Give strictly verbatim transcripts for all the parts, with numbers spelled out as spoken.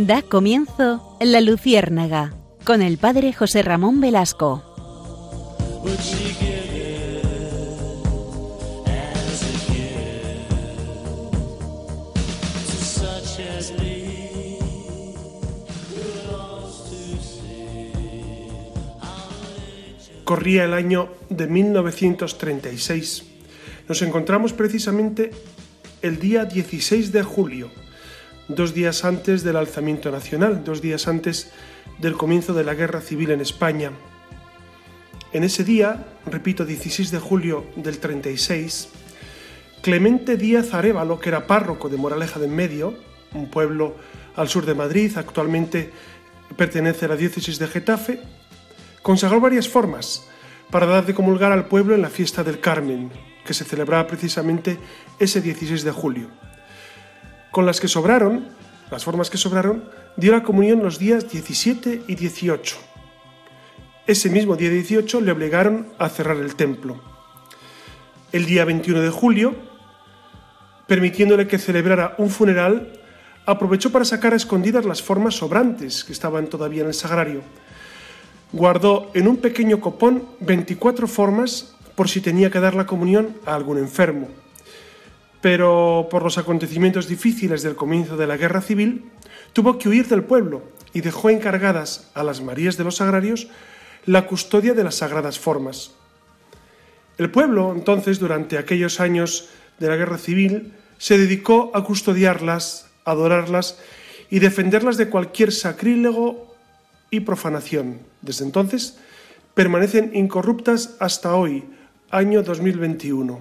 Da comienzo La Luciérnaga, con el padre José Ramón Velasco. Corría el año de mil novecientos treinta y seis. Nos encontramos precisamente el día dieciséis de julio, dos días antes del alzamiento nacional, dos días antes del comienzo de la Guerra Civil en España. En ese día, repito, dieciséis de julio del treinta y seis, Clemente Díaz Arévalo, que era párroco de Moraleja de Enmedio, un pueblo al sur de Madrid, actualmente pertenece a la diócesis de Getafe, consagró varias formas para dar de comulgar al pueblo en la fiesta del Carmen, que se celebraba precisamente ese dieciséis de julio. Con las que sobraron, las formas que sobraron, dio la comunión los días diecisiete y dieciocho. Ese mismo día dieciocho le obligaron a cerrar el templo. El día veintiuno de julio, permitiéndole que celebrara un funeral, aprovechó para sacar a escondidas las formas sobrantes que estaban todavía en el sagrario. Guardó en un pequeño copón veinticuatro formas por si tenía que dar la comunión a algún enfermo. Pero por los acontecimientos difíciles del comienzo de la Guerra Civil, tuvo que huir del pueblo y dejó encargadas a las Marías de los Sagrarios la custodia de las sagradas formas. El pueblo, entonces, durante aquellos años de la Guerra Civil, se dedicó a custodiarlas, adorarlas y defenderlas de cualquier sacrílego y profanación. Desde entonces, permanecen incorruptas hasta hoy, año dos mil veintiuno.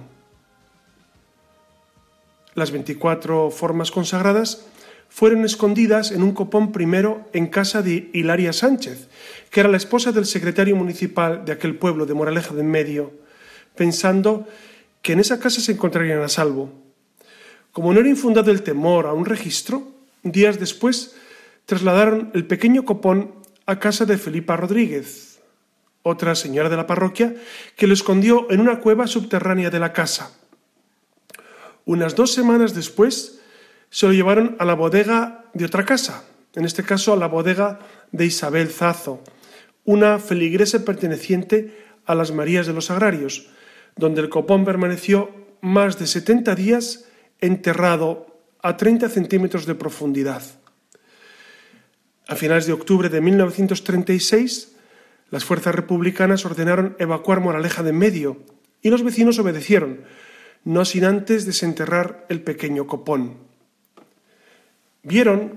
Las veinticuatro formas consagradas fueron escondidas en un copón primero en casa de Hilaria Sánchez, que era la esposa del secretario municipal de aquel pueblo de Moraleja de Enmedio, pensando que en esa casa se encontrarían a salvo. Como no era infundado el temor a un registro, días después trasladaron el pequeño copón a casa de Felipa Rodríguez, otra señora de la parroquia, que lo escondió en una cueva subterránea de la casa. Unas dos semanas después se lo llevaron a la bodega de otra casa, en este caso a la bodega de Isabel Zazo, una feligresa perteneciente a las Marías de los Sagrarios, donde el copón permaneció más de setenta días enterrado a treinta centímetros de profundidad. A finales de octubre de mil novecientos treinta y seis, las fuerzas republicanas ordenaron evacuar Moraleja de Enmedio y los vecinos obedecieron, no sin antes desenterrar el pequeño copón. Vieron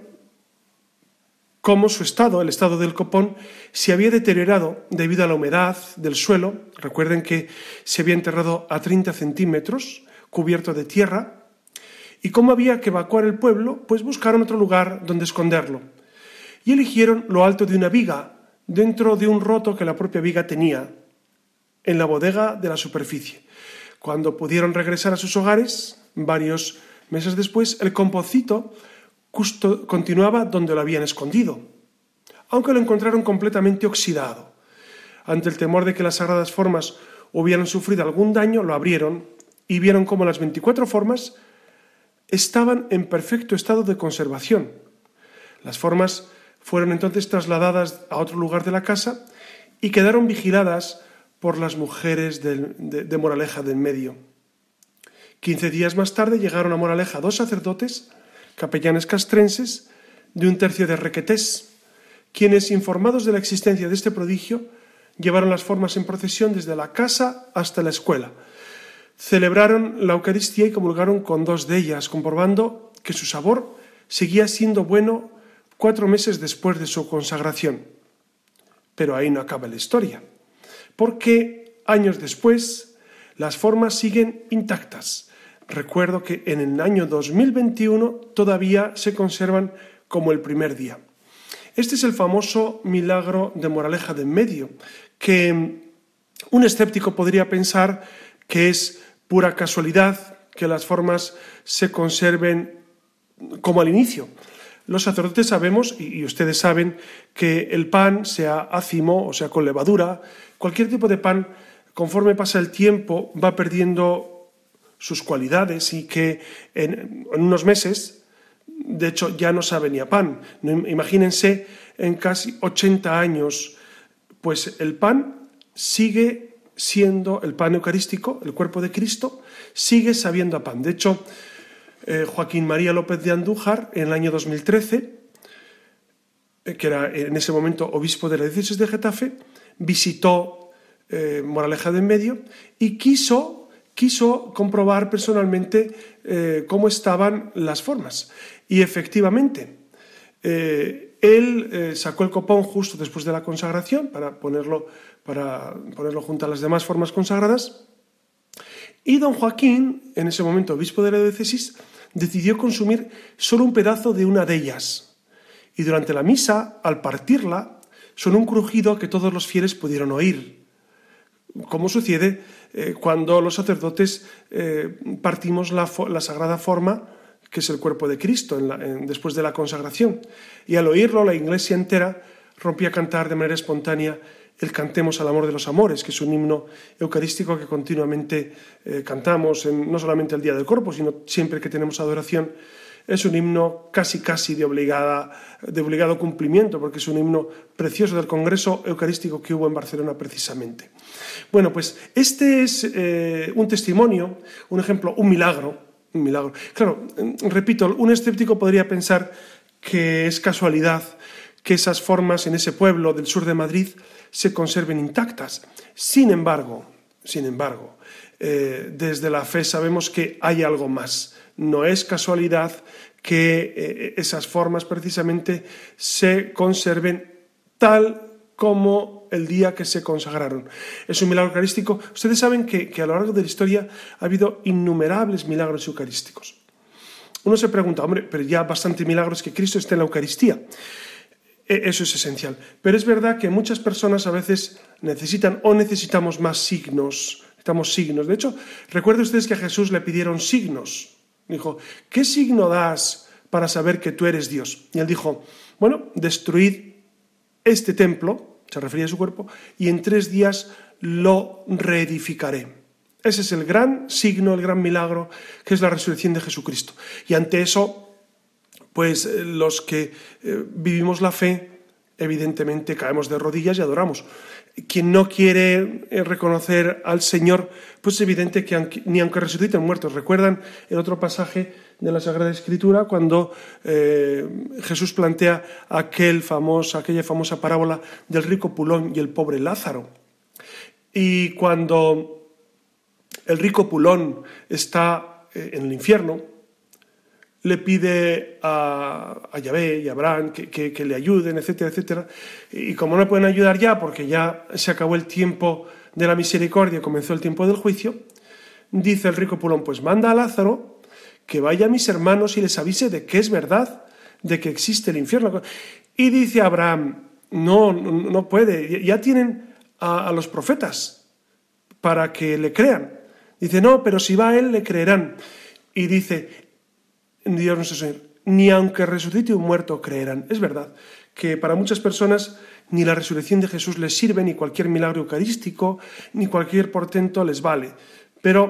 cómo su estado, el estado del copón, se había deteriorado debido a la humedad del suelo. Recuerden que se había enterrado a treinta centímetros, cubierto de tierra, y cómo había que evacuar el pueblo, pues buscaron otro lugar donde esconderlo. Y eligieron lo alto de una viga, dentro de un roto que la propia viga tenía, en la bodega de la superficie. Cuando pudieron regresar a sus hogares, varios meses después, el componcito justo continuaba donde lo habían escondido, aunque lo encontraron completamente oxidado. Ante el temor de que las sagradas formas hubieran sufrido algún daño, lo abrieron y vieron cómo las veinticuatro formas estaban en perfecto estado de conservación. Las formas fueron entonces trasladadas a otro lugar de la casa y quedaron vigiladas por las mujeres de, de, de Moraleja de Enmedio. Quince días más tarde llegaron a Moraleja dos sacerdotes, capellanes castrenses, de un tercio de Requetés, quienes, informados de la existencia de este prodigio, llevaron las formas en procesión desde la casa hasta la escuela. Celebraron la Eucaristía y comulgaron con dos de ellas, comprobando que su sabor seguía siendo bueno cuatro meses después de su consagración. Pero ahí no acaba la historia, porque años después las formas siguen intactas. Recuerdo que en el año dos mil veintiuno todavía se conservan como el primer día. Este es el famoso milagro de Moraleja de Enmedio, que un escéptico podría pensar que es pura casualidad que las formas se conserven como al inicio. Los sacerdotes sabemos, y ustedes saben, que el pan, sea ácimo o sea con levadura, cualquier tipo de pan, conforme pasa el tiempo, va perdiendo sus cualidades y que en, en unos meses De hecho, ya no sabe ni a pan. Imagínense en casi ochenta años, pues el pan sigue siendo, el pan eucarístico, el cuerpo de Cristo, sigue sabiendo a pan. De hecho, eh, Joaquín María López de Andújar, en el año dos mil trece, eh, que era en ese momento obispo de la diócesis de Getafe, visitó eh, Moraleja de Enmedio y quiso, quiso comprobar personalmente eh, cómo estaban las formas. Y efectivamente, eh, él eh, sacó el copón justo después de la consagración para ponerlo, para ponerlo junto a las demás formas consagradas. Y don Joaquín, en ese momento obispo de la diócesis, decidió consumir solo un pedazo de una de ellas. Y durante la misa, al partirla, sonó un crujido que todos los fieles pudieron oír, como sucede eh, cuando los sacerdotes eh, partimos la, la sagrada forma, que es el cuerpo de Cristo, en la, en, después de la consagración. Y al oírlo, la iglesia entera rompía a cantar de manera espontánea el Cantemos al amor de los amores, que es un himno eucarístico que continuamente eh, cantamos, en, no solamente el día del Corpus, sino siempre que tenemos adoración. Es un himno casi casi de, obligada, de obligado cumplimiento, porque es un himno precioso del Congreso Eucarístico que hubo en Barcelona precisamente. Bueno, pues este es eh, un testimonio, un ejemplo, un milagro, un milagro. Claro, repito, un escéptico podría pensar que es casualidad que esas formas en ese pueblo del sur de Madrid se conserven intactas. Sin embargo, sin embargo, eh, desde la fe sabemos que hay algo más. No es casualidad que eh, esas formas precisamente se conserven tal como el día que se consagraron. Es un milagro eucarístico. Ustedes saben que, que a lo largo de la historia ha habido innumerables milagros eucarísticos. Uno se pregunta, hombre, pero ya bastante milagros que Cristo esté en la Eucaristía. Eso es esencial. Pero es verdad que muchas personas a veces necesitan o necesitamos más signos. Necesitamos signos. De hecho, recuerden ustedes que a Jesús le pidieron signos. Dijo, ¿qué signo das para saber que tú eres Dios? Y él dijo, bueno, destruid este templo, se refería a su cuerpo, y en tres días lo reedificaré. Ese es el gran signo, el gran milagro, que es la resurrección de Jesucristo. Y ante eso, pues los que eh, vivimos la fe, evidentemente caemos de rodillas y adoramos. Quien no quiere eh, reconocer al Señor, pues es evidente que aunque, ni aunque resuciten muertos. ¿Recuerdan el otro pasaje de la Sagrada Escritura cuando eh, Jesús plantea aquel famoso, aquella famosa parábola del rico Pulón y el pobre Lázaro? Y cuando el rico Pulón está eh, en el infierno, le pide a, a Yahvé y a Abraham que, que, que le ayuden, etcétera, etcétera. Y como no le pueden ayudar ya, porque ya se acabó el tiempo de la misericordia, comenzó el tiempo del juicio, dice el rico Pulón, pues manda a Lázaro que vaya a mis hermanos y les avise de que es verdad, de que existe el infierno. Y dice Abraham, no, no, no puede, ya tienen a, a los profetas para que le crean. Dice, no, pero si va él, le creerán. Y dice, Dios nuestro Señor, ni aunque resucite un muerto creerán. Es verdad que para muchas personas ni la resurrección de Jesús les sirve, ni cualquier milagro eucarístico, ni cualquier portento les vale. Pero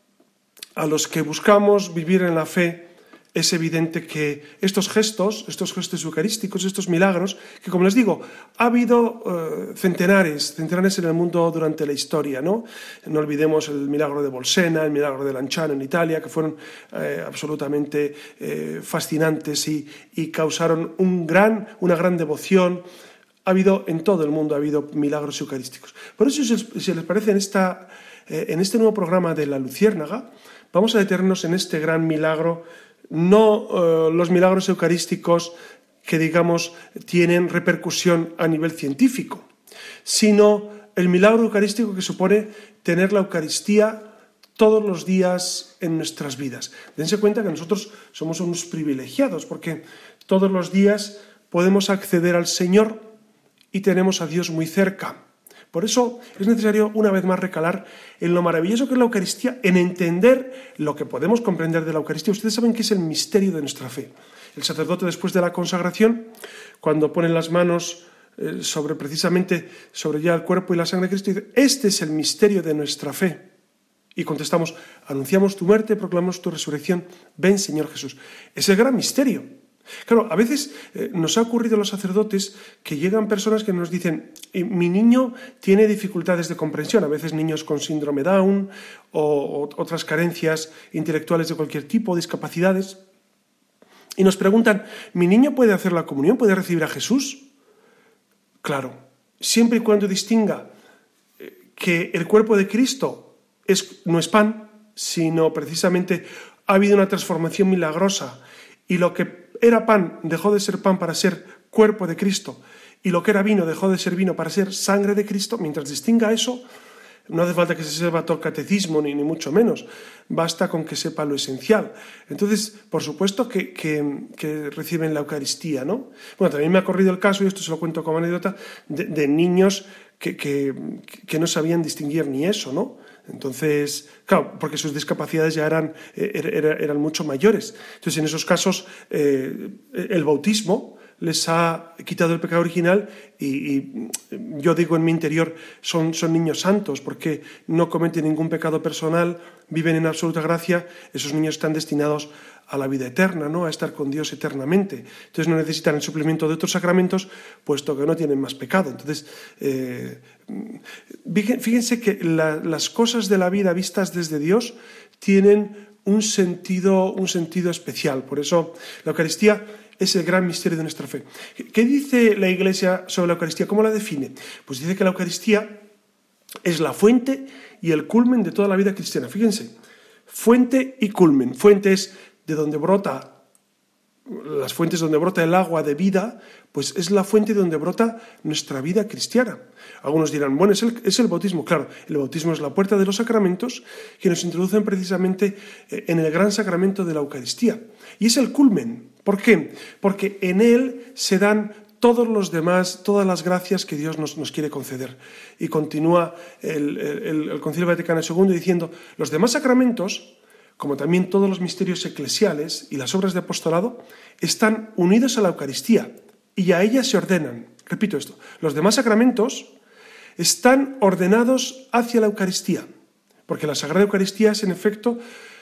a los que buscamos vivir en la fe, es evidente que estos gestos, estos gestos eucarísticos, estos milagros, que como les digo, ha habido uh, centenares, centenares en el mundo durante la historia, ¿no? No olvidemos el milagro de Bolsena, el milagro de Lanciano en Italia, que fueron eh, absolutamente eh, fascinantes y, y causaron un gran, una gran devoción. Ha habido, en todo el mundo ha habido milagros eucarísticos. Por eso, si, si les parece, en, esta, eh, en este nuevo programa de La Luciérnaga, vamos a detenernos en este gran milagro. No uh, los milagros eucarísticos que, digamos, tienen repercusión a nivel científico, sino el milagro eucarístico que supone tener la Eucaristía todos los días en nuestras vidas. Dense cuenta que nosotros somos unos privilegiados porque todos los días podemos acceder al Señor y tenemos a Dios muy cerca. Por eso es necesario una vez más recalar en lo maravilloso que es la Eucaristía, en entender lo que podemos comprender de la Eucaristía. Ustedes saben que es el misterio de nuestra fe. El sacerdote, después de la consagración, cuando pone las manos eh, sobre precisamente sobre ya el cuerpo y la sangre de Cristo, dice, este es el misterio de nuestra fe. Y contestamos, anunciamos tu muerte, proclamamos tu resurrección, ven Señor Jesús. Es el gran misterio. Claro, a veces eh, nos ha ocurrido a los sacerdotes que llegan personas que nos dicen, mi niño tiene dificultades de comprensión, a veces niños con síndrome Down o, o otras carencias intelectuales de cualquier tipo, discapacidades, y nos preguntan, ¿mi niño puede hacer la comunión, puede recibir a Jesús? Claro, siempre y cuando distinga eh, que el cuerpo de Cristo es, no es pan, sino precisamente ha habido una transformación milagrosa y lo que era pan dejó de ser pan para ser cuerpo de Cristo y lo que era vino dejó de ser vino para ser sangre de Cristo, mientras distinga eso, no hace falta que se sepa todo el catecismo, ni, ni mucho menos, basta con que sepa lo esencial. Entonces, por supuesto que, que, que reciben la Eucaristía, ¿no? Bueno, también me ha corrido el caso, y esto se lo cuento como anécdota, de, de niños que, que, que no sabían distinguir ni eso, ¿no? Entonces, claro, porque sus discapacidades ya eran, eran, eran mucho mayores. Entonces, en esos casos, eh, el bautismo les ha quitado el pecado original y, y yo digo en mi interior, son, son niños santos porque no cometen ningún pecado personal, viven en absoluta gracia, esos niños están destinados a la vida eterna, ¿no? A estar con Dios eternamente. Entonces no necesitan el suplemento de otros sacramentos, puesto que no tienen más pecado. Entonces, eh, fíjense que la, las cosas de la vida vistas desde Dios tienen un sentido, un sentido especial. Por eso la Eucaristía es el gran misterio de nuestra fe. ¿Qué dice la Iglesia sobre la Eucaristía? ¿Cómo la define? Pues dice que la Eucaristía es la fuente y el culmen de toda la vida cristiana. Fíjense, fuente y culmen. Fuente es de donde brota, las fuentes donde brota el agua de vida, pues es la fuente de donde brota nuestra vida cristiana. Algunos dirán, bueno, es el, es el bautismo. Claro, el bautismo es la puerta de los sacramentos que nos introducen precisamente en el gran sacramento de la Eucaristía. Y es el culmen. ¿Por qué? Porque en él se dan todos los demás, todas las gracias que Dios nos, nos quiere conceder. Y continúa el, el, el Concilio Vaticano segundo diciendo, los demás sacramentos, como también todos los misterios eclesiales y las obras de apostolado, están unidos a la Eucaristía y a ella se ordenan. Repito esto, los demás sacramentos están ordenados hacia la Eucaristía, porque la Sagrada Eucaristía es en efecto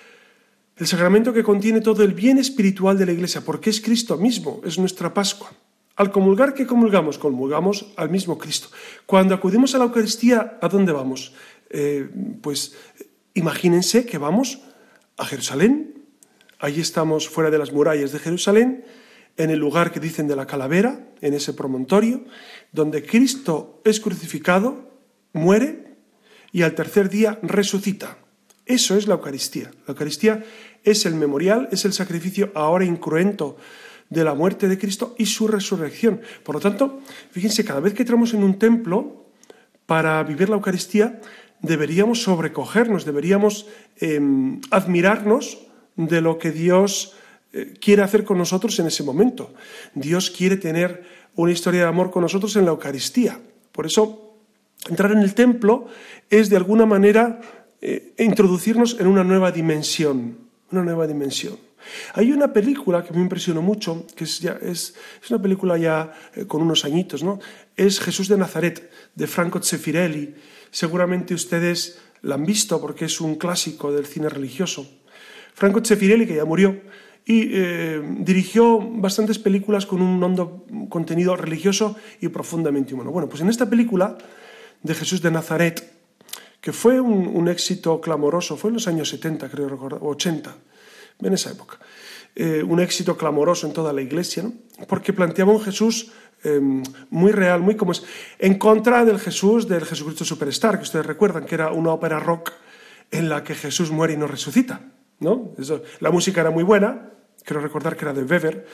el sacramento que contiene todo el bien espiritual de la Iglesia, porque es Cristo mismo, es nuestra Pascua. Al comulgar, ¿qué comulgamos? Comulgamos al mismo Cristo. Cuando acudimos a la Eucaristía, ¿a dónde vamos? Eh, pues imagínense que vamos a Jerusalén, allí estamos fuera de las murallas de Jerusalén, en el lugar que dicen de la calavera, en ese promontorio, donde Cristo es crucificado, muere y al tercer día resucita. Eso es la Eucaristía. La Eucaristía es el memorial, es el sacrificio ahora incruento de la muerte de Cristo y su resurrección. Por lo tanto, fíjense, cada vez que entramos en un templo para vivir la Eucaristía, deberíamos sobrecogernos, deberíamos eh, admirarnos de lo que Dios eh, quiere hacer con nosotros en ese momento. Dios quiere tener una historia de amor con nosotros en la Eucaristía. Por eso, entrar en el templo es de alguna manera eh, introducirnos en una nueva dimensión, una nueva dimensión. Hay una película que me impresionó mucho, que es, ya, es, es una película ya eh, con unos añitos, ¿no? Es Jesús de Nazaret, de Franco Zeffirelli. Seguramente ustedes la han visto porque es un clásico del cine religioso. Franco Zeffirelli, que ya murió, y eh, dirigió bastantes películas con un hondo contenido religioso y profundamente humano. Bueno, pues en esta película de Jesús de Nazaret, que fue un, un éxito clamoroso, fue en los años setenta, creo recordar, o ochenta, en esa época, eh, un éxito clamoroso en toda la Iglesia, ¿no? Porque planteaba un Jesús eh, muy real, muy como es, en contra del Jesús, del Jesucristo Superstar, que ustedes recuerdan que era una ópera rock en la que Jesús muere y no resucita, ¿no? Eso, la música era muy buena, creo recordar que era de Weber,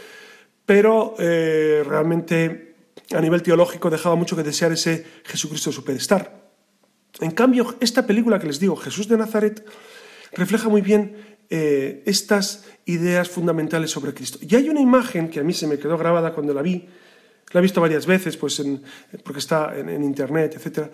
pero eh, realmente a nivel teológico dejaba mucho que desear ese Jesucristo Superstar. En cambio, esta película que les digo, Jesús de Nazaret, refleja muy bien eh, estas ideas fundamentales sobre Cristo. Y hay una imagen que a mí se me quedó grabada cuando la vi, la he visto varias veces, pues en, porque está en, en internet, etcétera.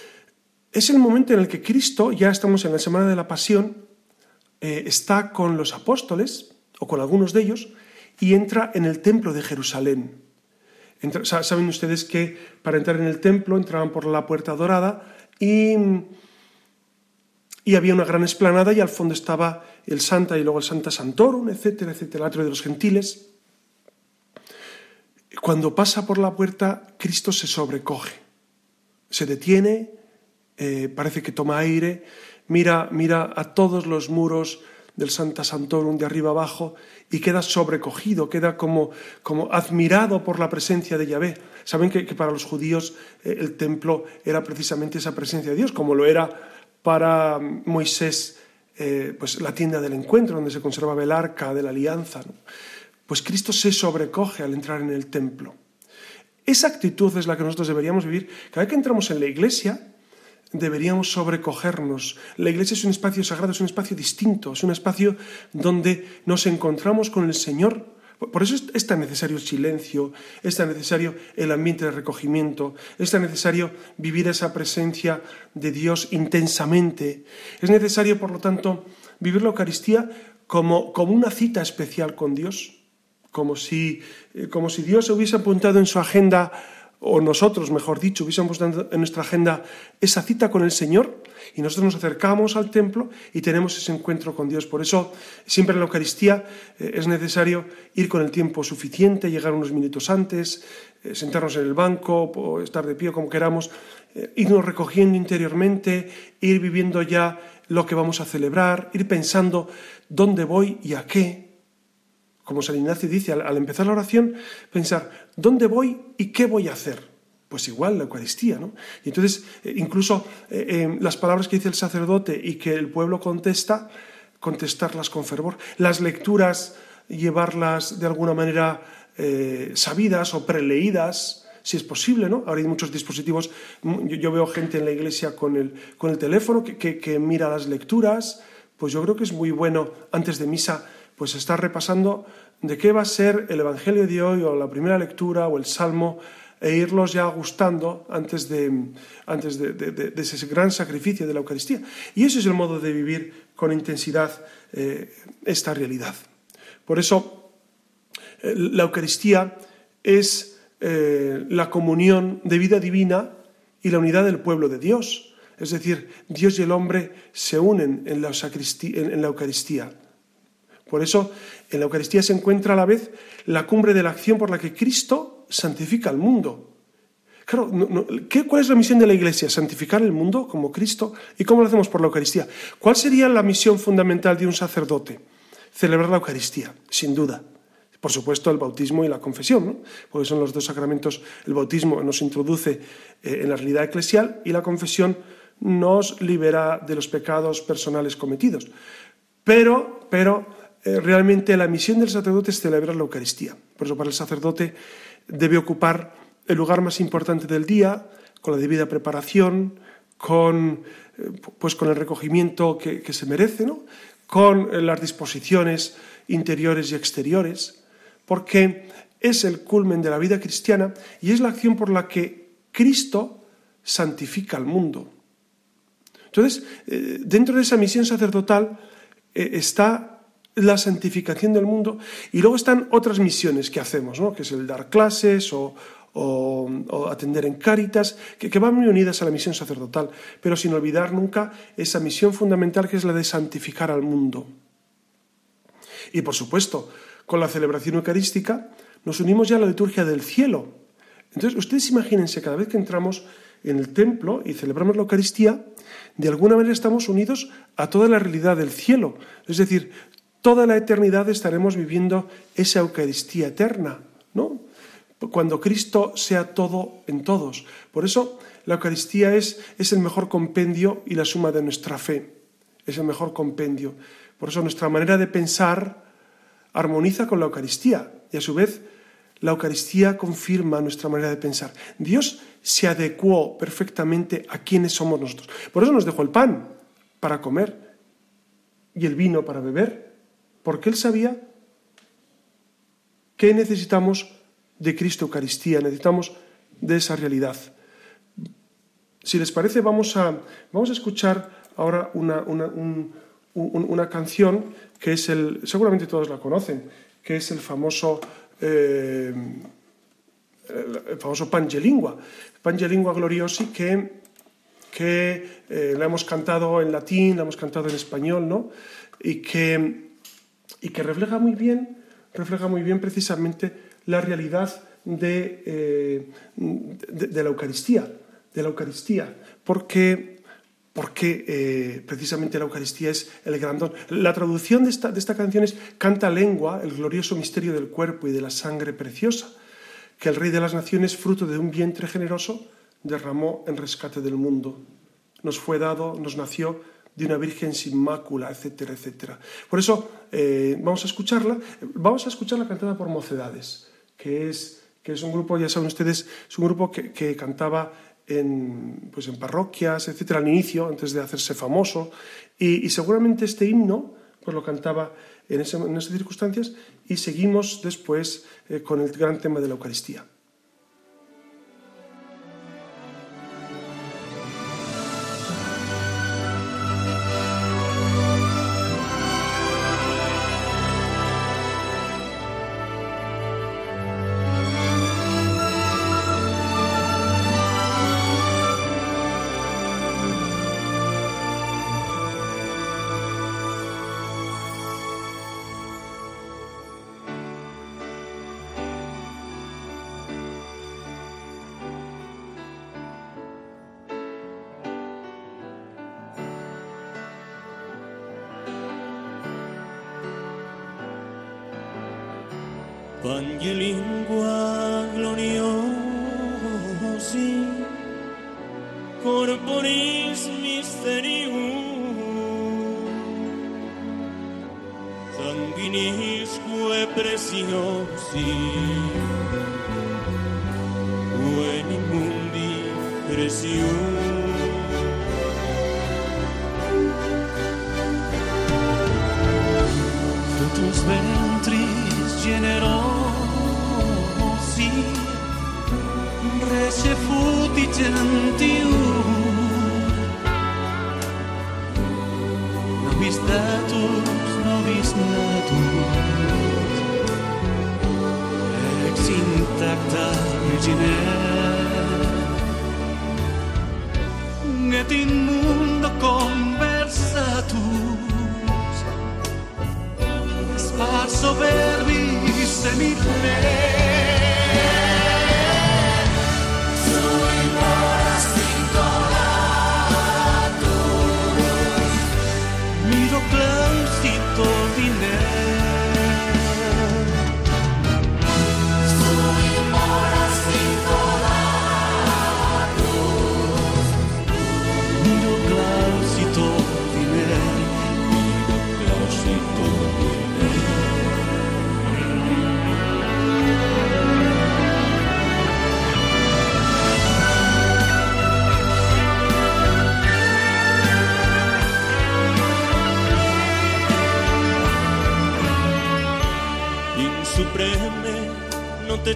Es el momento en el que Cristo, ya estamos en la Semana de la Pasión, eh, está con los apóstoles, o con algunos de ellos, y entra en el templo de Jerusalén. Entra, saben ustedes que para entrar en el templo entraban por la puerta dorada y y había una gran explanada y al fondo estaba el Santa y luego el Santa Santorum, etcétera, etcétera, el atrio de los gentiles. Cuando pasa por la puerta, Cristo se sobrecoge, se detiene, eh, parece que toma aire, mira, mira a todos los muros del Santa Santorum de arriba abajo y queda sobrecogido, queda como, como admirado por la presencia de Yahvé. Saben que, que para los judíos eh, el templo era precisamente esa presencia de Dios, como lo era para Moisés eh, pues la tienda del encuentro, donde se conservaba el arca de la alianza, ¿no? Pues Cristo se sobrecoge al entrar en el templo. Esa actitud es la que nosotros deberíamos vivir. Cada vez que entramos en la iglesia, deberíamos sobrecogernos. La iglesia es un espacio sagrado, es un espacio distinto, es un espacio donde nos encontramos con el Señor. Por eso es tan necesario el silencio, es tan necesario el ambiente de recogimiento, es tan necesario vivir esa presencia de Dios intensamente. Es necesario, por lo tanto, vivir la Eucaristía como, como una cita especial con Dios, como si, como si Dios hubiese apuntado en su agenda, o nosotros, mejor dicho, hubiésemos puesto en nuestra agenda esa cita con el Señor, y nosotros nos acercamos al templo y tenemos ese encuentro con Dios. Por eso, siempre en la Eucaristía eh, es necesario ir con el tiempo suficiente, llegar unos minutos antes, eh, sentarnos en el banco, o estar de pie como queramos, eh, irnos recogiendo interiormente, ir viviendo ya lo que vamos a celebrar, ir pensando dónde voy y a qué. Como San Ignacio dice, al, al empezar la oración, pensar, ¿dónde voy y qué voy a hacer? Pues igual la Eucaristía, ¿no? Y entonces, eh, incluso eh, eh, las palabras que dice el sacerdote y que el pueblo contesta, contestarlas con fervor. Las lecturas, llevarlas de alguna manera eh, sabidas o preleídas, si es posible, ¿no? Ahora hay muchos dispositivos. Yo, yo veo gente en la iglesia con el, con el teléfono que, que, que mira las lecturas. Pues yo creo que es muy bueno, antes de misa, pues estar repasando de qué va a ser el Evangelio de hoy, o la primera lectura, o el Salmo, e irlos ya gustando antes de, antes de, de, de, de ese gran sacrificio de la Eucaristía. Y ese es el modo de vivir con intensidad eh, esta realidad. Por eso, eh, la Eucaristía es eh, la comunión de vida divina y la unidad del pueblo de Dios. Es decir, Dios y el hombre se unen en la, en, en la Eucaristía. Por eso, en la Eucaristía se encuentra a la vez la cumbre de la acción por la que Cristo santifica el mundo. Claro, no, no, ¿qué, ¿cuál es la misión de la Iglesia? Santificar el mundo como Cristo. ¿Y cómo lo hacemos por la Eucaristía? ¿Cuál sería la misión fundamental de un sacerdote? Celebrar la Eucaristía, sin duda. Por supuesto, el bautismo y la confesión, ¿no? Porque son los dos sacramentos. El bautismo nos introduce eh, en la realidad eclesial y la confesión nos libera de los pecados personales cometidos. Pero, pero eh, realmente la misión del sacerdote es celebrar la Eucaristía. Por eso para el sacerdote debe ocupar el lugar más importante del día, con la debida preparación, con, eh, pues con el recogimiento que, que se merece, ¿no? Con eh, las disposiciones interiores y exteriores, porque es el culmen de la vida cristiana y es la acción por la que Cristo santifica al mundo. Entonces, eh, dentro de esa misión sacerdotal eh, está la santificación del mundo, y luego están otras misiones que hacemos, ¿no? Que es el dar clases o, o, o atender en Cáritas, que, que van muy unidas a la misión sacerdotal, pero sin olvidar nunca esa misión fundamental que es la de santificar al mundo. Y por supuesto, con la celebración eucarística nos unimos ya a la liturgia del cielo. Entonces, ustedes imagínense, cada vez que entramos en el templo y celebramos la Eucaristía, de alguna manera estamos unidos a toda la realidad del cielo. Es decir, toda la eternidad estaremos viviendo esa Eucaristía eterna, ¿no? Cuando Cristo sea todo en todos. Por eso la Eucaristía es, es el mejor compendio y la suma de nuestra fe. Es el mejor compendio. Por eso nuestra manera de pensar armoniza con la Eucaristía y a su vez la Eucaristía confirma nuestra manera de pensar. Dios se adecuó perfectamente a quienes somos nosotros. Por eso nos dejó el pan para comer y el vino para beber, porque Él sabía que necesitamos de Cristo Eucaristía, necesitamos de esa realidad. Si les parece, vamos a, vamos a escuchar ahora una, una, un, un, una canción que es el, seguramente todos la conocen, que es el famoso, eh, el famoso Pange Lingua, Pange Lingua Gloriosi, que que eh, la hemos cantado en latín, la hemos cantado en español, ¿no? Y que, y que refleja muy bien, refleja muy bien precisamente la realidad de, eh, de, de la Eucaristía, de la Eucaristía, porque, porque eh, precisamente la Eucaristía es el gran don. La traducción de esta, de esta canción es «Canta lengua, el glorioso misterio del cuerpo y de la sangre preciosa, que el Rey de las Naciones, fruto de un vientre generoso, derramó en rescate del mundo. Nos fue dado, nos nació de una virgen sin mácula, etcétera, etcétera». Por eso eh, vamos a escucharla, vamos a escucharla cantada por Mocedades, que es... que es un grupo, ya saben ustedes, es un grupo que, que cantaba en, pues en parroquias, etcétera, al inicio, antes de hacerse famoso, y, y seguramente este himno pues lo cantaba en, ese, en esas circunstancias, y seguimos después eh, con el gran tema de la Eucaristía. Pange lingua gloriosi corporis mysterium sanguinisque preciosi veni mundi precium fructus ventris generosi recefuti gentium nobis datus nobis natus ex intacta virgine et in mundo conversatus sparso verbis semine sui moras vincolatus miro clausito dine sui moras vincolatus miro clausito dine miro clausito dine. Supreme non te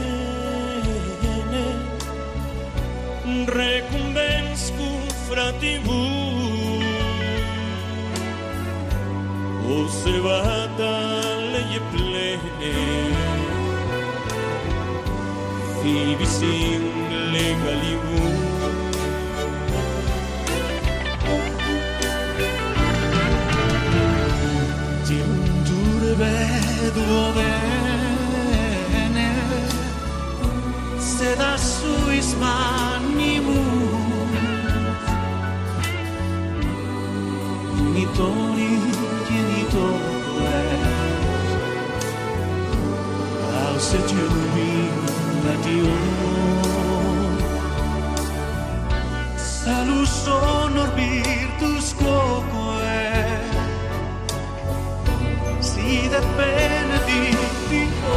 cene recumbenscum fratibus osservata lei plene fivis in legalibus giunture veduo bene sed a suis manibus genitori genitores ausse jubilatio salus honor virtus quoque si de benedictio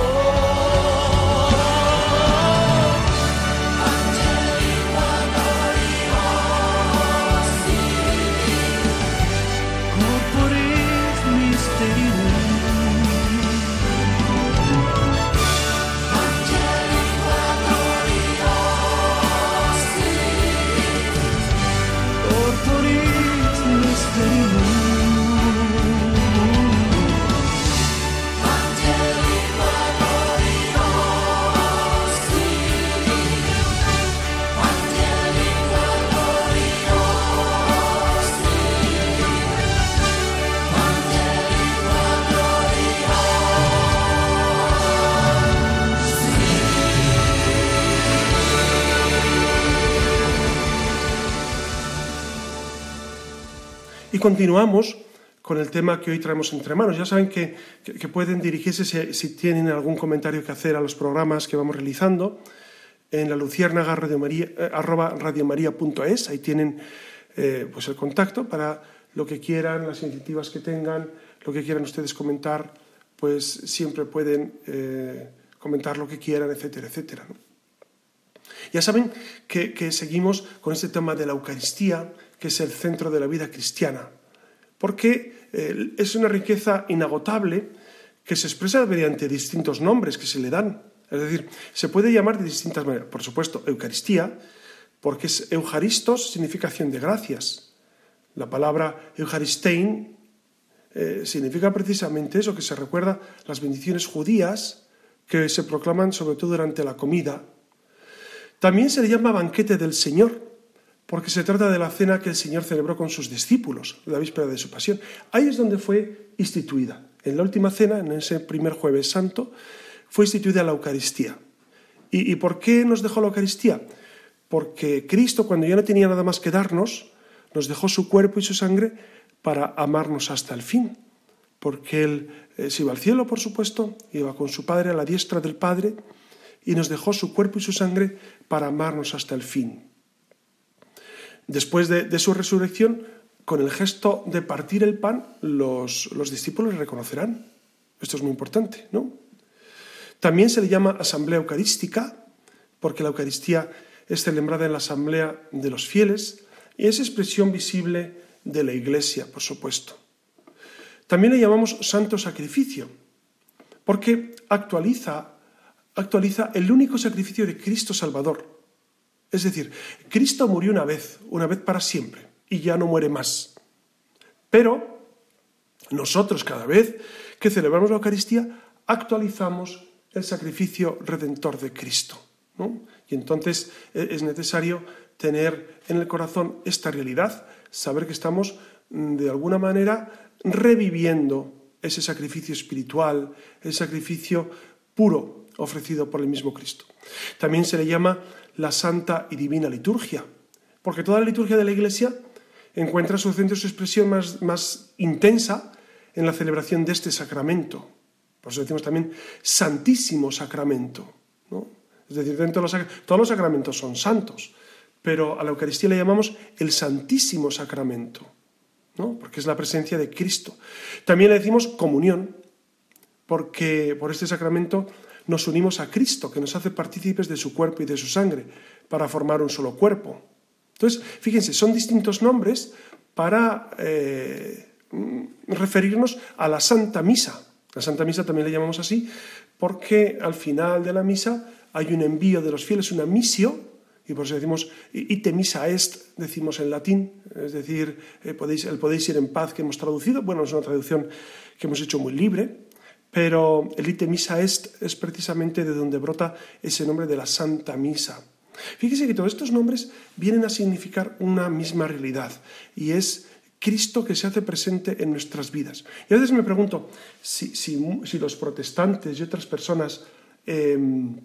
Angeli, Y continuamos con el tema que hoy traemos entre manos. Ya saben que, que, que pueden dirigirse si, si tienen algún comentario que hacer a los programas que vamos realizando en la luciérnaga radio maría, eh, arroba radiomaria punto es. Ahí tienen eh, pues el contacto para lo que quieran, las iniciativas que tengan, lo que quieran ustedes comentar, pues siempre pueden eh, comentar lo que quieran, etcétera, etcétera, ¿no? Ya saben que, que seguimos con este tema de la Eucaristía, que es el centro de la vida cristiana, porque eh, es una riqueza inagotable que se expresa mediante distintos nombres que se le dan. Es decir, se puede llamar de distintas maneras. Por supuesto, Eucaristía, porque es Eucharistos, significa acción de gracias. La palabra Eucharistein eh, significa precisamente eso, que se recuerda las bendiciones judías que se proclaman sobre todo durante la comida. También se le llama banquete del Señor, porque se trata de la cena que el Señor celebró con sus discípulos, la víspera de su pasión. Ahí es donde fue instituida. En la última cena, en ese primer Jueves Santo, fue instituida la Eucaristía. ¿Y, y por qué nos dejó la Eucaristía? Porque Cristo, cuando ya no tenía nada más que darnos, nos dejó su cuerpo y su sangre para amarnos hasta el fin. Porque Él eh, se iba al cielo, por supuesto, iba con su Padre a la diestra del Padre, y nos dejó su cuerpo y su sangre para amarnos hasta el fin. Después de, de su resurrección, con el gesto de partir el pan, los, los discípulos le reconocerán. Esto es muy importante, ¿no? También se le llama asamblea eucarística, porque la Eucaristía es celebrada en la asamblea de los fieles y es expresión visible de la Iglesia, por supuesto. También le llamamos santo sacrificio, porque actualiza actualiza el único sacrificio de Cristo Salvador. Es decir, Cristo murió una vez, una vez para siempre, y ya no muere más. Pero nosotros cada vez que celebramos la Eucaristía actualizamos el sacrificio redentor de Cristo, ¿no? Y entonces es necesario tener en el corazón esta realidad, saber que estamos de alguna manera reviviendo ese sacrificio espiritual, el sacrificio puro ofrecido por el mismo Cristo. También se le llama la Santa y Divina Liturgia, porque toda la liturgia de la Iglesia encuentra su centro y su expresión más, más intensa en la celebración de este sacramento. Por eso decimos también Santísimo Sacramento, ¿no? Es decir, dentro de los, todos los sacramentos son santos, pero a la Eucaristía le llamamos el Santísimo Sacramento, ¿no? Porque es la presencia de Cristo. También le decimos comunión, porque por este sacramento nos unimos a Cristo, que nos hace partícipes de su cuerpo y de su sangre, para formar un solo cuerpo. Entonces, fíjense, son distintos nombres para eh, referirnos a la Santa Misa. La Santa Misa también le llamamos así, porque al final de la misa hay un envío de los fieles, una missio, y por eso decimos ite missa est, decimos en latín, es decir, eh, podéis, el podéis ir en paz, que hemos traducido. Bueno, es una traducción que hemos hecho muy libre, pero el ite missa est es precisamente de donde brota ese nombre de la Santa Misa. Fíjese que todos estos nombres vienen a significar una misma realidad, y es Cristo que se hace presente en nuestras vidas. Y a veces me pregunto, si, si, si los protestantes y otras personas eh,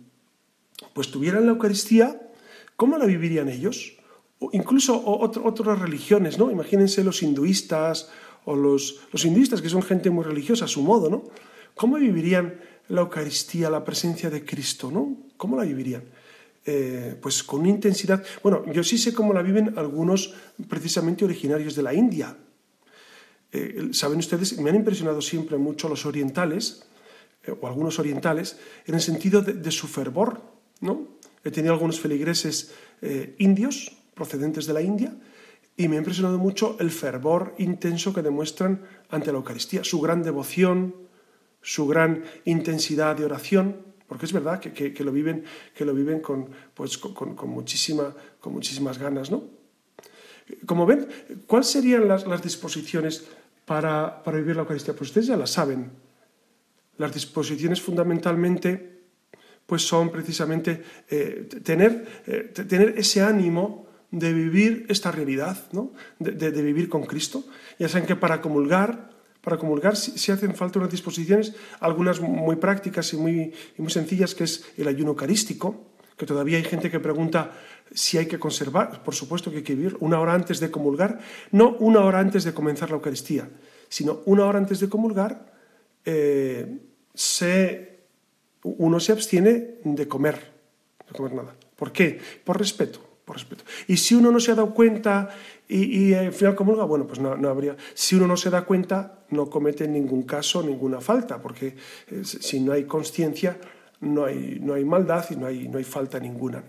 pues tuvieran la Eucaristía, ¿cómo la vivirían ellos? O incluso o otro, otras religiones, ¿no? Imagínense los hinduistas, o los, los hinduistas, que son gente muy religiosa a su modo, ¿no? ¿Cómo vivirían la Eucaristía, la presencia de Cristo, ¿no? ¿Cómo la vivirían? Eh, pues con una intensidad. Bueno, yo sí sé cómo la viven algunos precisamente originarios de la India. Eh, Saben ustedes, me han impresionado siempre mucho los orientales, eh, o algunos orientales, en el sentido de, de su fervor, ¿no? He tenido algunos feligreses eh, indios, procedentes de la India, y me ha impresionado mucho el fervor intenso que demuestran ante la Eucaristía, su gran devoción, su gran intensidad de oración, porque es verdad que, que, que lo viven, que lo viven con, pues, con, con, muchísima, con muchísimas ganas, ¿no? Como ven, ¿cuáles serían las, las disposiciones para, para vivir la Eucaristía? Pues ustedes ya las saben. Las disposiciones fundamentalmente pues son precisamente eh, tener, eh, tener ese ánimo de vivir esta realidad, ¿no? de, de, de vivir con Cristo. Ya saben que para comulgar, para comulgar sí, sí hacen falta unas disposiciones, algunas muy prácticas y muy, y muy sencillas, que es el ayuno eucarístico, que todavía hay gente que pregunta si hay que conservar, por supuesto que hay que vivir una hora antes de comulgar, no una hora antes de comenzar la Eucaristía, sino una hora antes de comulgar, eh, se, uno se abstiene de comer, de comer nada. ¿Por qué? Por respeto. Por respeto. Y si uno no se ha dado cuenta y, y al final comulga, bueno, pues no, no habría. Si uno no se da cuenta, no comete en ningún caso ninguna falta, porque eh, si no hay consciencia, no hay, no hay maldad y no hay, no hay falta ninguna.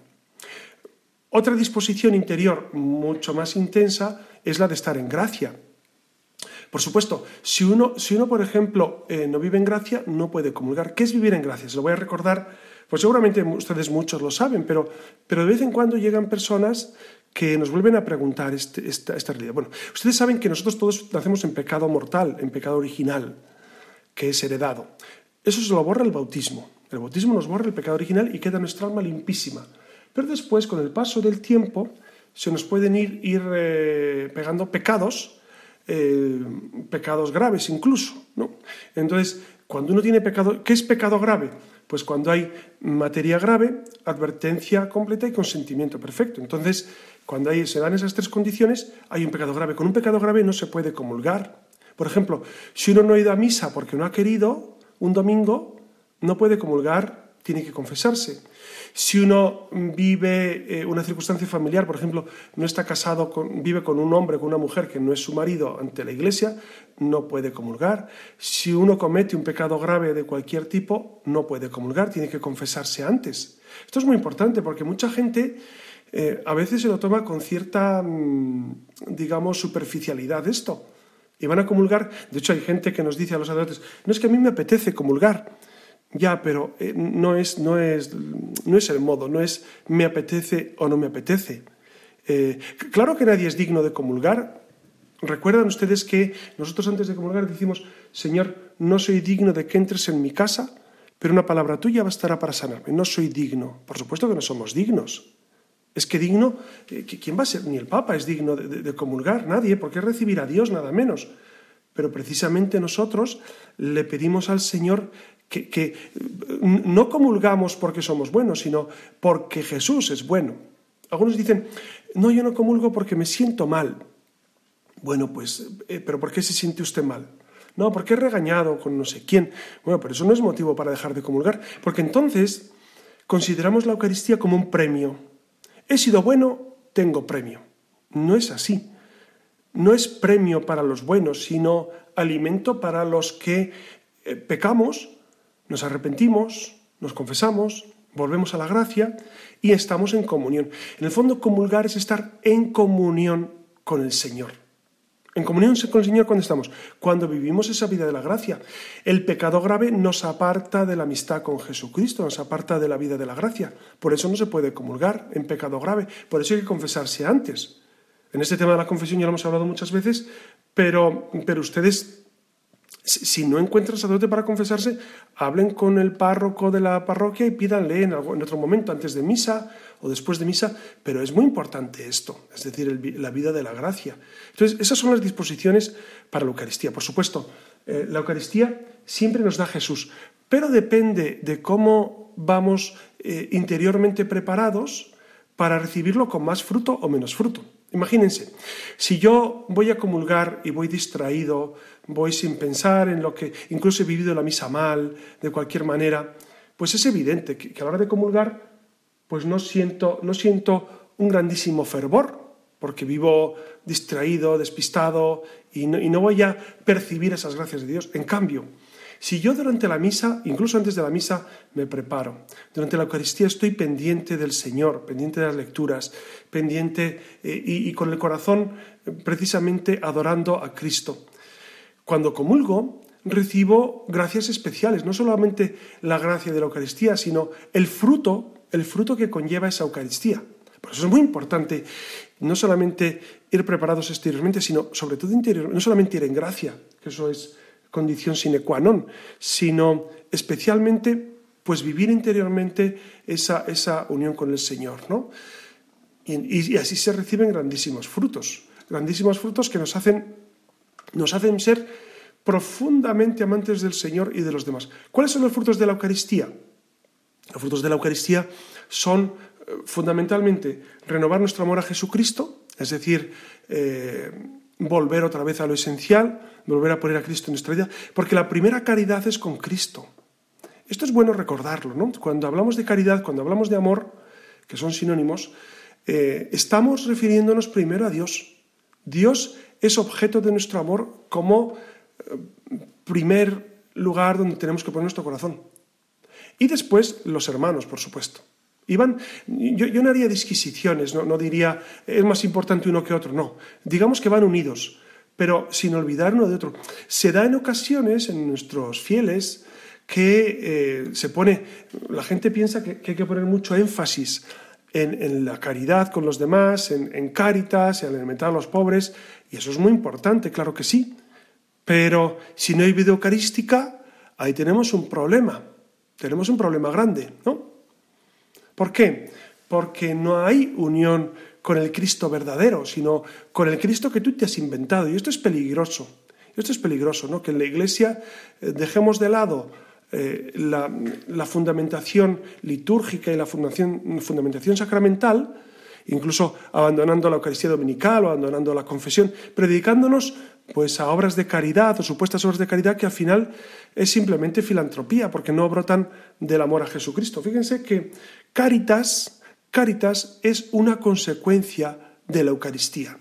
Otra disposición interior mucho más intensa es la de estar en gracia. Por supuesto, si uno, si uno por ejemplo, eh, no vive en gracia, no puede comulgar. ¿Qué es vivir en gracia? Se lo voy a recordar, pues seguramente ustedes muchos lo saben, pero, pero de vez en cuando llegan personas que nos vuelven a preguntar este, esta, esta realidad. Bueno, ustedes saben que nosotros todos nacemos en pecado mortal, en pecado original, que es heredado. Eso se lo borra el bautismo. El bautismo nos borra el pecado original y queda nuestra alma limpísima. Pero después, con el paso del tiempo, se nos pueden ir, ir eh, pegando pecados, eh, pecados graves incluso, ¿no? Entonces, cuando uno tiene pecado, ¿qué es pecado grave? Pues cuando hay materia grave, advertencia completa y consentimiento perfecto. Entonces, cuando hay, se dan esas tres condiciones, hay un pecado grave. Con un pecado grave no se puede comulgar. Por ejemplo, si uno no ha ido a misa porque no ha querido un domingo, no puede comulgar, tiene que confesarse. Si uno vive eh, una circunstancia familiar, por ejemplo, no está casado, con, vive con un hombre, con una mujer que no es su marido ante la Iglesia, no puede comulgar. Si uno comete un pecado grave de cualquier tipo, no puede comulgar, tiene que confesarse antes. Esto es muy importante porque mucha gente eh, a veces se lo toma con cierta, digamos, superficialidad esto. Y van a comulgar. De hecho, hay gente que nos dice a los sacerdotes, no es que a mí me apetece comulgar. Ya, pero eh, no, es, no, es, no es el modo, no es me apetece o no me apetece. Eh, claro que nadie es digno de comulgar. ¿Recuerdan ustedes que nosotros antes de comulgar decimos, Señor, no soy digno de que entres en mi casa, pero una palabra tuya bastará para sanarme? No soy digno. Por supuesto que no somos dignos. Es que digno, eh, ¿quién va a ser? Ni el Papa es digno de, de, de comulgar, nadie, porque recibir a Dios nada menos. Pero precisamente nosotros le pedimos al Señor que, que no comulgamos porque somos buenos, sino porque Jesús es bueno. Algunos dicen, no, yo no comulgo porque me siento mal. Bueno, pues, eh, ¿pero por qué se siente usted mal? No, porque he regañado con no sé quién. Bueno, pero eso no es motivo para dejar de comulgar, porque entonces consideramos la Eucaristía como un premio. He sido bueno, tengo premio. No es así. No es premio para los buenos, sino alimento para los que eh, pecamos, nos arrepentimos, nos confesamos, volvemos a la gracia y estamos en comunión. En el fondo, comulgar es estar en comunión con el Señor. En comunión con el Señor, ¿cuándo estamos? Cuando vivimos esa vida de la gracia. El pecado grave nos aparta de la amistad con Jesucristo, nos aparta de la vida de la gracia. Por eso no se puede comulgar en pecado grave, por eso hay que confesarse antes. En este tema de la confesión ya lo hemos hablado muchas veces, pero, pero ustedes, si no encuentran sacerdote para confesarse, hablen con el párroco de la parroquia y pídanle en, algo, en otro momento, antes de misa o después de misa, pero es muy importante esto, es decir, el, la vida de la gracia. Entonces, esas son las disposiciones para la Eucaristía. Por supuesto, eh, la Eucaristía siempre nos da Jesús, pero depende de cómo vamos eh, interiormente preparados para recibirlo con más fruto o menos fruto. Imagínense, si yo voy a comulgar y voy distraído, voy sin pensar en lo que, incluso he vivido la misa mal, de cualquier manera, pues es evidente que, que a la hora de comulgar, pues no siento, no siento un grandísimo fervor, porque vivo distraído, despistado, y no, y no voy a percibir esas gracias de Dios. En cambio, si yo durante la misa, incluso antes de la misa, me preparo, durante la Eucaristía estoy pendiente del Señor, pendiente de las lecturas, pendiente eh, y, y con el corazón eh, precisamente adorando a Cristo. Cuando comulgo, recibo gracias especiales, no solamente la gracia de la Eucaristía, sino el fruto, el fruto que conlleva esa Eucaristía. Por eso es muy importante no solamente ir preparados exteriormente, sino sobre todo interiormente, no solamente ir en gracia, que eso es condición sine qua non, sino especialmente pues vivir interiormente esa, esa unión con el Señor, ¿no? Y, y, y así se reciben grandísimos frutos, grandísimos frutos que nos hacen, nos hacen ser profundamente amantes del Señor y de los demás. ¿Cuáles son los frutos de la Eucaristía? Los frutos de la Eucaristía son fundamentalmente renovar nuestro amor a Jesucristo, es decir, eh, volver otra vez a lo esencial, volver a poner a Cristo en nuestra vida, porque la primera caridad es con Cristo. Esto es bueno recordarlo, ¿no? Cuando hablamos de caridad, cuando hablamos de amor, que son sinónimos, eh, estamos refiriéndonos primero a Dios. Dios es objeto de nuestro amor como eh, primer lugar donde tenemos que poner nuestro corazón. Y después los hermanos, por supuesto. Y van, yo, yo no haría disquisiciones, no, no diría es más importante uno que otro, no. Digamos que van unidos, pero sin olvidar uno de otro. Se da en ocasiones en nuestros fieles que eh, se pone, la gente piensa que, que hay que poner mucho énfasis en, en la caridad con los demás, en, en Cáritas, en alimentar a los pobres, y eso es muy importante, claro que sí. Pero si no hay vida eucarística, ahí tenemos un problema, tenemos un problema grande, ¿no? ¿Por qué? Porque no hay unión con el Cristo verdadero, sino con el Cristo que tú te has inventado. Y esto es peligroso. Esto es peligroso, ¿no? Que en la Iglesia eh, dejemos de lado eh, la, la fundamentación litúrgica y la fundación, fundamentación sacramental, incluso abandonando la Eucaristía dominical o abandonando la confesión, pero dedicándonos pues, a obras de caridad o supuestas obras de caridad que al final es simplemente filantropía, porque no brotan del amor a Jesucristo. Fíjense que Cáritas, Cáritas es una consecuencia de la Eucaristía.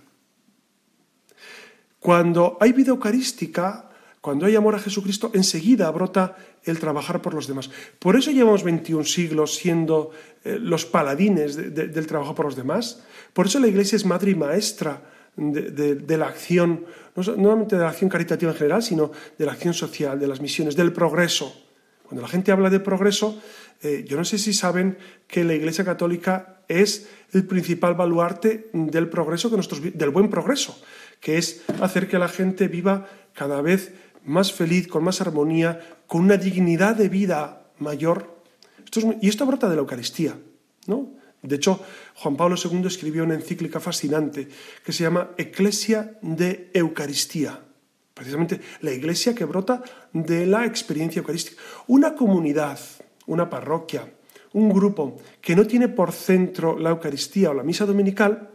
Cuando hay vida eucarística, cuando hay amor a Jesucristo, enseguida brota el trabajar por los demás. Por eso llevamos veintiún siglos siendo eh, los paladines de, de, del trabajo por los demás. Por eso la Iglesia es madre y maestra de, de, de la acción, no solamente de la acción caritativa en general, sino de la acción social, de las misiones, del progreso. Cuando la gente habla de progreso, eh, yo no sé si saben que la Iglesia Católica es el principal baluarte del progreso, que nosotros, del buen progreso, que es hacer que la gente viva cada vez más feliz, con más armonía, con una dignidad de vida mayor. Esto es muy, y esto brota de la Eucaristía, ¿no? De hecho, Juan Pablo segundo escribió una encíclica fascinante que se llama Ecclesia de Eucaristía. Precisamente la iglesia que brota de la experiencia eucarística. Una comunidad, una parroquia, un grupo que no tiene por centro la Eucaristía o la misa dominical,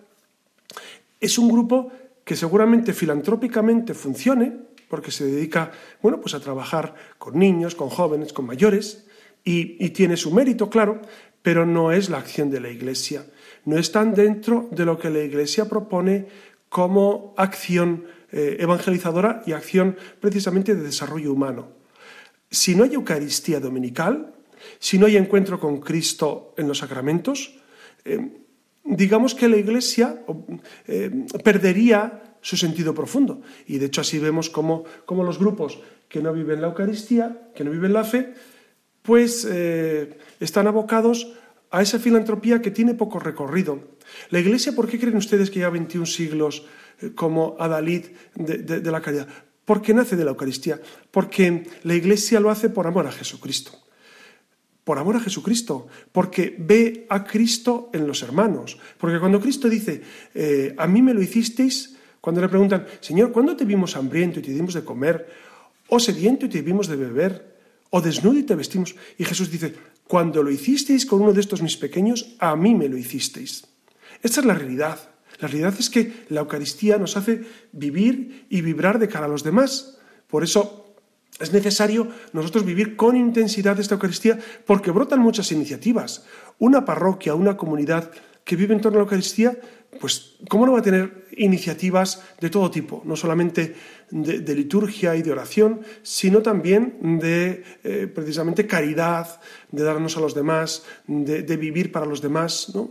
es un grupo que seguramente filantrópicamente funcione, porque se dedica, bueno, pues a trabajar con niños, con jóvenes, con mayores, y, y tiene su mérito, claro, pero no es la acción de la Iglesia. No están dentro de lo que la Iglesia propone como acción eh, evangelizadora y acción precisamente de desarrollo humano. Si no hay Eucaristía dominical, si no hay encuentro con Cristo en los sacramentos, eh, digamos que la Iglesia eh, perdería su sentido profundo. Y de hecho así vemos cómo, cómo los grupos que no viven la Eucaristía, que no viven la fe, pues eh, están abocados a esa filantropía que tiene poco recorrido. La Iglesia, ¿por qué creen ustedes que lleva veintiún siglos eh, como adalid de, de, de la caridad? Porque nace de la Eucaristía, porque la Iglesia lo hace por amor a Jesucristo. Por amor a Jesucristo, porque ve a Cristo en los hermanos. Porque cuando Cristo dice, eh, a mí me lo hicisteis, cuando le preguntan, Señor, ¿cuándo te vimos hambriento y te dimos de comer? ¿O sediento y te dimos de beber? ¿O desnudo y te vestimos? Y Jesús dice, cuando lo hicisteis con uno de estos mis pequeños, a mí me lo hicisteis. Esta es la realidad. La realidad es que la Eucaristía nos hace vivir y vibrar de cara a los demás. Por eso es necesario nosotros vivir con intensidad esta Eucaristía, porque brotan muchas iniciativas. Una parroquia, una comunidad que vive en torno a la Eucaristía, pues ¿cómo no va a tener iniciativas de todo tipo? No solamente de, de liturgia y de oración, sino también de eh, precisamente caridad, de darnos a los demás, de, de vivir para los demás, ¿no?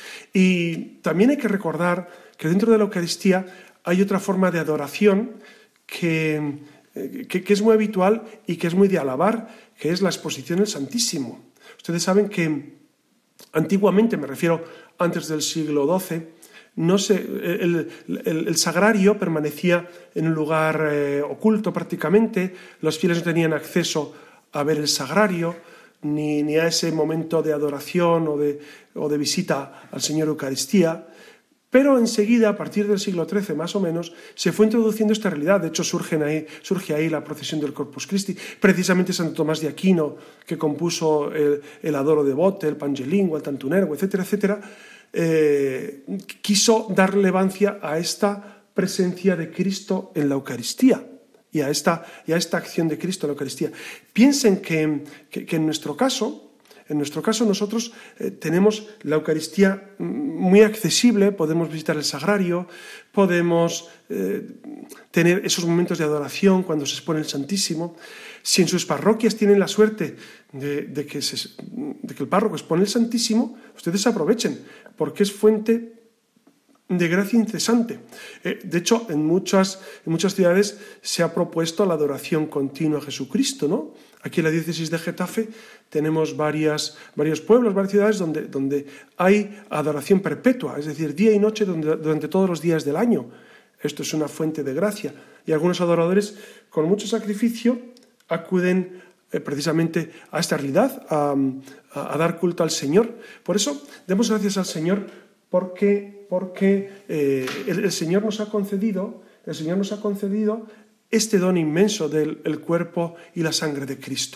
Y también hay que recordar que dentro de la Eucaristía hay otra forma de adoración que, eh, que, que es muy habitual y que es muy de alabar, que es la exposición del Santísimo. Ustedes saben que antiguamente, me refiero antes del siglo doce, no se, el, el, el sagrario permanecía en un lugar eh, oculto prácticamente, los fieles no tenían acceso a ver el sagrario, ni, ni a ese momento de adoración o de, o de visita al Señor Eucaristía. Pero enseguida, a partir del siglo trece más o menos, se fue introduciendo esta realidad. De hecho, surge ahí, surge ahí la procesión del Corpus Christi. Precisamente Santo Tomás de Aquino, que compuso el, el Adoro Devote, el Pangelingua, el Tantunergo, etcétera, etcétera, eh, quiso dar relevancia a esta presencia de Cristo en la Eucaristía y a esta, y a esta acción de Cristo en la Eucaristía. Piensen que, que, que en nuestro caso... En nuestro caso nosotros eh, tenemos la Eucaristía muy accesible, podemos visitar el sagrario, podemos eh, tener esos momentos de adoración cuando se expone el Santísimo. Si en sus parroquias tienen la suerte de, de, que, se, de que el párroco expone el Santísimo, ustedes aprovechen, porque es fuente de gracia incesante. Eh, de hecho, en muchas, en muchas ciudades se ha propuesto la adoración continua a Jesucristo, ¿no? Aquí en la diócesis de Getafe tenemos varias, varios pueblos, varias ciudades donde, donde hay adoración perpetua, es decir, día y noche donde, durante todos los días del año. Esto es una fuente de gracia. Y algunos adoradores, con mucho sacrificio, acuden eh, precisamente a esta realidad, a, a, a dar culto al Señor. Por eso, demos gracias al Señor porque, porque eh, el, el Señor nos ha concedido, el Señor nos ha concedido este don inmenso del el cuerpo y la sangre de Cristo.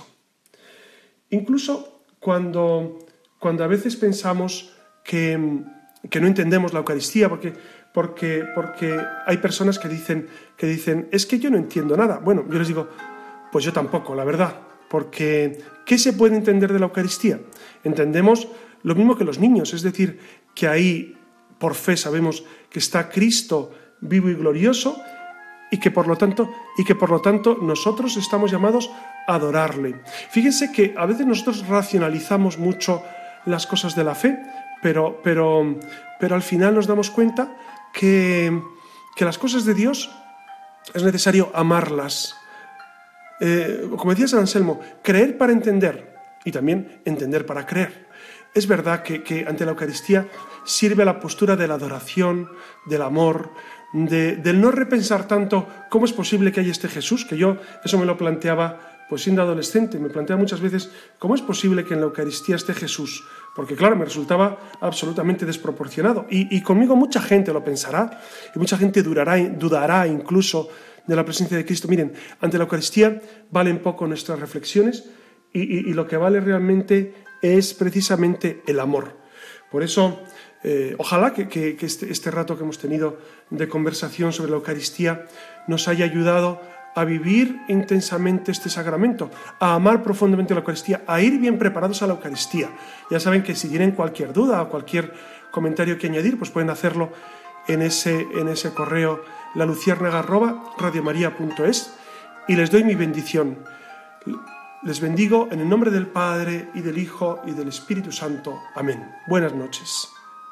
Incluso cuando, cuando a veces pensamos que, que no entendemos la Eucaristía, porque, porque, porque hay personas que dicen, que dicen, es que yo no entiendo nada. Bueno, yo les digo, pues yo tampoco, la verdad, porque ¿qué se puede entender de la Eucaristía? Entendemos lo mismo que los niños, es decir, que ahí por fe sabemos que está Cristo vivo y glorioso, y que por lo tanto y que por lo tanto nosotros estamos llamados a adorarle. Fíjense que a veces nosotros racionalizamos mucho las cosas de la fe, pero, pero, pero al final nos damos cuenta que, que las cosas de Dios es necesario amarlas. Eh, como decía San Anselmo, creer para entender y también entender para creer. Es verdad que, que ante la Eucaristía sirve la postura de la adoración, del amor, De, del no repensar tanto cómo es posible que haya este Jesús, que yo eso me lo planteaba pues siendo adolescente, me planteaba muchas veces cómo es posible que en la Eucaristía esté Jesús, porque claro, me resultaba absolutamente desproporcionado y, y conmigo mucha gente lo pensará y mucha gente durará, dudará incluso de la presencia de Cristo. Miren, ante la Eucaristía valen poco nuestras reflexiones y, y, y lo que vale realmente es precisamente el amor. Por eso Eh, ojalá que, que, que este, este rato que hemos tenido de conversación sobre la Eucaristía nos haya ayudado a vivir intensamente este sacramento, a amar profundamente la Eucaristía, a ir bien preparados a la Eucaristía. Ya saben que si tienen cualquier duda o cualquier comentario que añadir, pues pueden hacerlo en ese, en ese correo laluciérnaga arroba radiomaria punto es y les doy mi bendición. Les bendigo en el nombre del Padre y del Hijo y del Espíritu Santo. Amén. Buenas noches.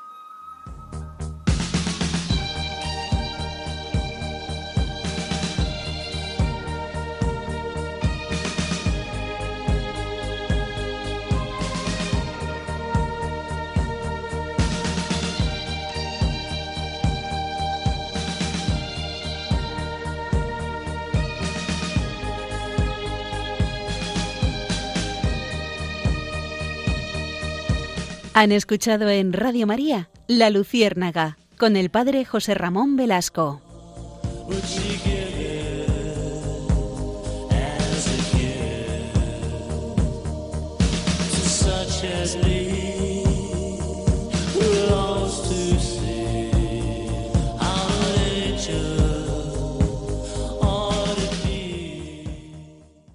Han escuchado en Radio María La Luciérnaga con el padre José Ramón Velasco. As me.